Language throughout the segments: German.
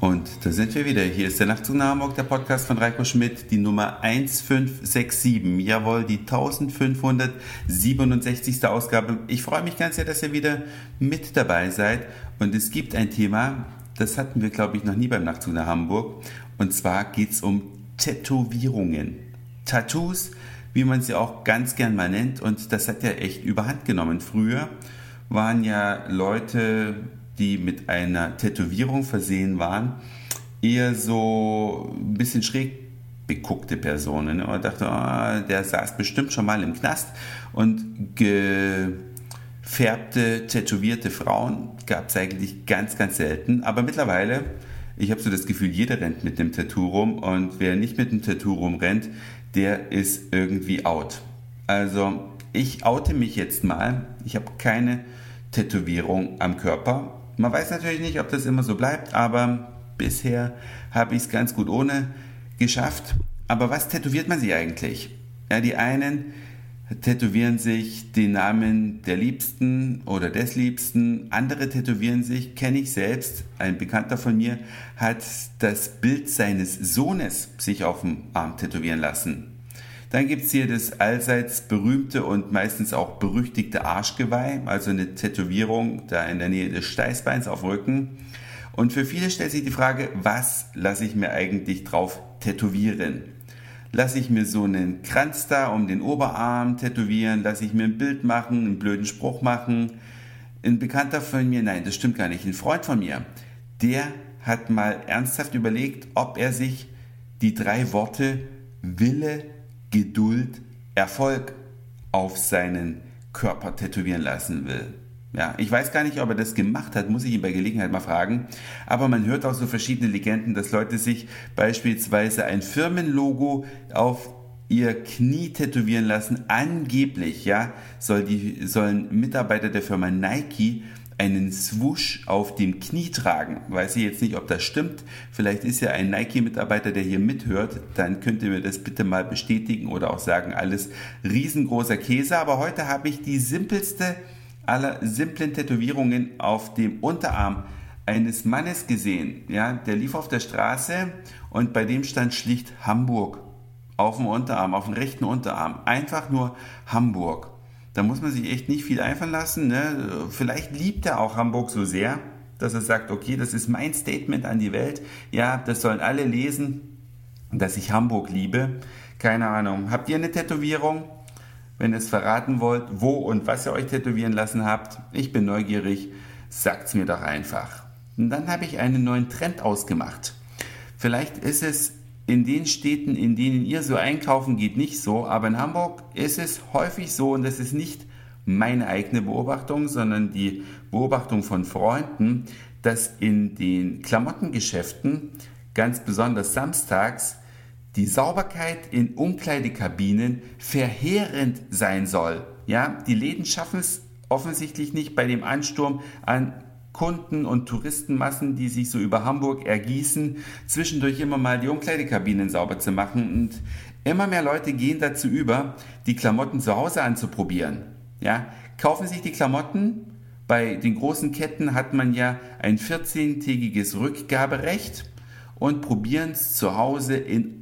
Und da sind wir wieder. Hier ist der Nachtzug nach Hamburg, der Podcast von Reiko Schmidt, die Nummer 1567. Jawohl, die 1567. Ausgabe. Ich freue mich ganz sehr, dass ihr wieder mit dabei seid. Und es gibt ein Thema, das hatten wir, glaube ich, noch nie beim Nachtzug nach Hamburg. Und zwar geht es um Tätowierungen. Tattoos, wie man sie auch ganz gern mal nennt. Und das hat ja echt überhand genommen. Früher waren ja Leute, die mit einer Tätowierung versehen waren, eher so ein bisschen schräg beguckte Personen. Und man dachte, der saß bestimmt schon mal im Knast. Und gefärbte, tätowierte Frauen gab es eigentlich ganz, ganz selten. Aber mittlerweile, ich habe so das Gefühl, jeder rennt mit einem Tattoo rum. Und wer nicht mit einem Tattoo rumrennt, der ist irgendwie out. Also ich oute mich jetzt mal. Ich habe keine Tätowierung am Körper. Man weiß natürlich nicht, ob das immer so bleibt, aber bisher habe ich es ganz gut ohne geschafft. Aber was tätowiert man sich eigentlich? Ja, die einen tätowieren sich den Namen der Liebsten oder des Liebsten. Andere tätowieren sich, kenne ich selbst, ein Bekannter von mir hat das Bild seines Sohnes sich auf dem Arm tätowieren lassen. Dann gibt es hier das allseits berühmte und meistens auch berüchtigte Arschgeweih, also eine Tätowierung da in der Nähe des Steißbeins auf dem Rücken. Und für viele stellt sich die Frage, was lasse ich mir eigentlich drauf tätowieren? Lasse ich mir so einen Kranz da um den Oberarm tätowieren? Lasse ich mir ein Bild machen, einen blöden Spruch machen? Ein Bekannter von mir, nein, das stimmt gar nicht, ein Freund von mir, der hat mal ernsthaft überlegt, ob er sich die 3 Worte Wille, Geduld, Erfolg auf seinen Körper tätowieren lassen will. Ja, ich weiß gar nicht, ob er das gemacht hat, muss ich ihn bei Gelegenheit mal fragen. Aber man hört auch so verschiedene Legenden, dass Leute sich beispielsweise ein Firmenlogo auf ihr Knie tätowieren lassen. Angeblich, ja, sollen Mitarbeiter der Firma Nike einen Swoosh auf dem Knie tragen. Weiß ich jetzt nicht, ob das stimmt. Vielleicht ist ja ein Nike-Mitarbeiter, der hier mithört. Dann könnt ihr mir das bitte mal bestätigen oder auch sagen, alles riesengroßer Käse. Aber heute habe ich die simpelste aller simplen Tätowierungen auf dem Unterarm eines Mannes gesehen. Ja, der lief auf der Straße und bei dem stand schlicht Hamburg auf dem Unterarm, auf dem rechten Unterarm. Einfach nur Hamburg. Da muss man sich echt nicht viel einfallen lassen. Ne? Vielleicht liebt er auch Hamburg so sehr, dass er sagt, okay, das ist mein Statement an die Welt. Ja, das sollen alle lesen, dass ich Hamburg liebe. Keine Ahnung. Habt ihr eine Tätowierung? Wenn ihr es verraten wollt, wo und was ihr euch tätowieren lassen habt, ich bin neugierig, sagt's mir doch einfach. Und dann habe ich einen neuen Trend ausgemacht. Vielleicht ist es in den Städten, in denen ihr so einkaufen geht, nicht so, aber in Hamburg ist es häufig so, und das ist nicht meine eigene Beobachtung, sondern die Beobachtung von Freunden, dass in den Klamottengeschäften, ganz besonders samstags, die Sauberkeit in Umkleidekabinen verheerend sein soll. Ja, die Läden schaffen es offensichtlich nicht bei dem Ansturm an Kunden- und Touristenmassen, die sich so über Hamburg ergießen, zwischendurch immer mal die Umkleidekabinen sauber zu machen. Und immer mehr Leute gehen dazu über, die Klamotten zu Hause anzuprobieren. Ja, kaufen sich die Klamotten. Bei den großen Ketten hat man ja ein 14-tägiges Rückgaberecht und probieren es zu Hause in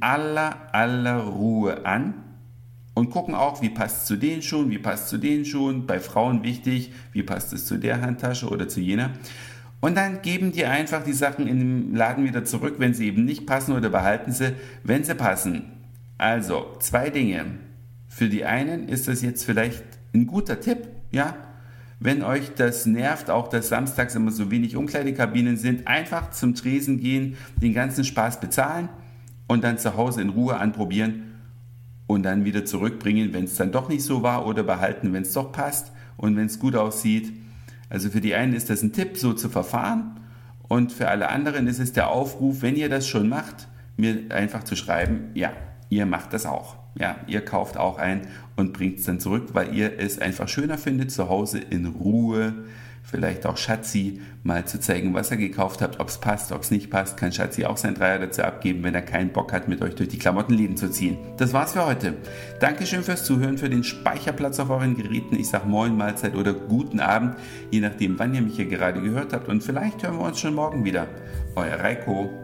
aller Ruhe an. Und gucken auch, wie passt es zu den Schuhen, wie passt es zu den Schuhen. Bei Frauen wichtig, wie passt es zu der Handtasche oder zu jener. Und dann geben die einfach die Sachen in dem Laden wieder zurück, wenn sie eben nicht passen, oder behalten sie, wenn sie passen. Also, 2 Dinge. Für die einen ist das jetzt vielleicht ein guter Tipp, ja. Wenn euch das nervt, auch dass samstags immer so wenig Umkleidekabinen sind, einfach zum Tresen gehen, den ganzen Spaß bezahlen und dann zu Hause in Ruhe anprobieren und dann wieder zurückbringen, wenn es dann doch nicht so war, oder behalten, wenn es doch passt und wenn es gut aussieht. Also für die einen ist das ein Tipp, so zu verfahren, und für alle anderen ist es der Aufruf, wenn ihr das schon macht, mir einfach zu schreiben, ja, ihr macht das auch. Ja, ihr kauft auch ein und bringt es dann zurück, weil ihr es einfach schöner findet, zu Hause in Ruhe vielleicht auch Schatzi, mal zu zeigen, was ihr gekauft habt, ob es passt, ob es nicht passt, kann Schatzi auch sein Dreier dazu abgeben, wenn er keinen Bock hat, mit euch durch die Klamottenläden zu ziehen. Das war's für heute. Dankeschön fürs Zuhören, für den Speicherplatz auf euren Geräten. Ich sag Moin, Mahlzeit oder guten Abend, je nachdem, wann ihr mich hier gerade gehört habt. Und vielleicht hören wir uns schon morgen wieder. Euer Reiko.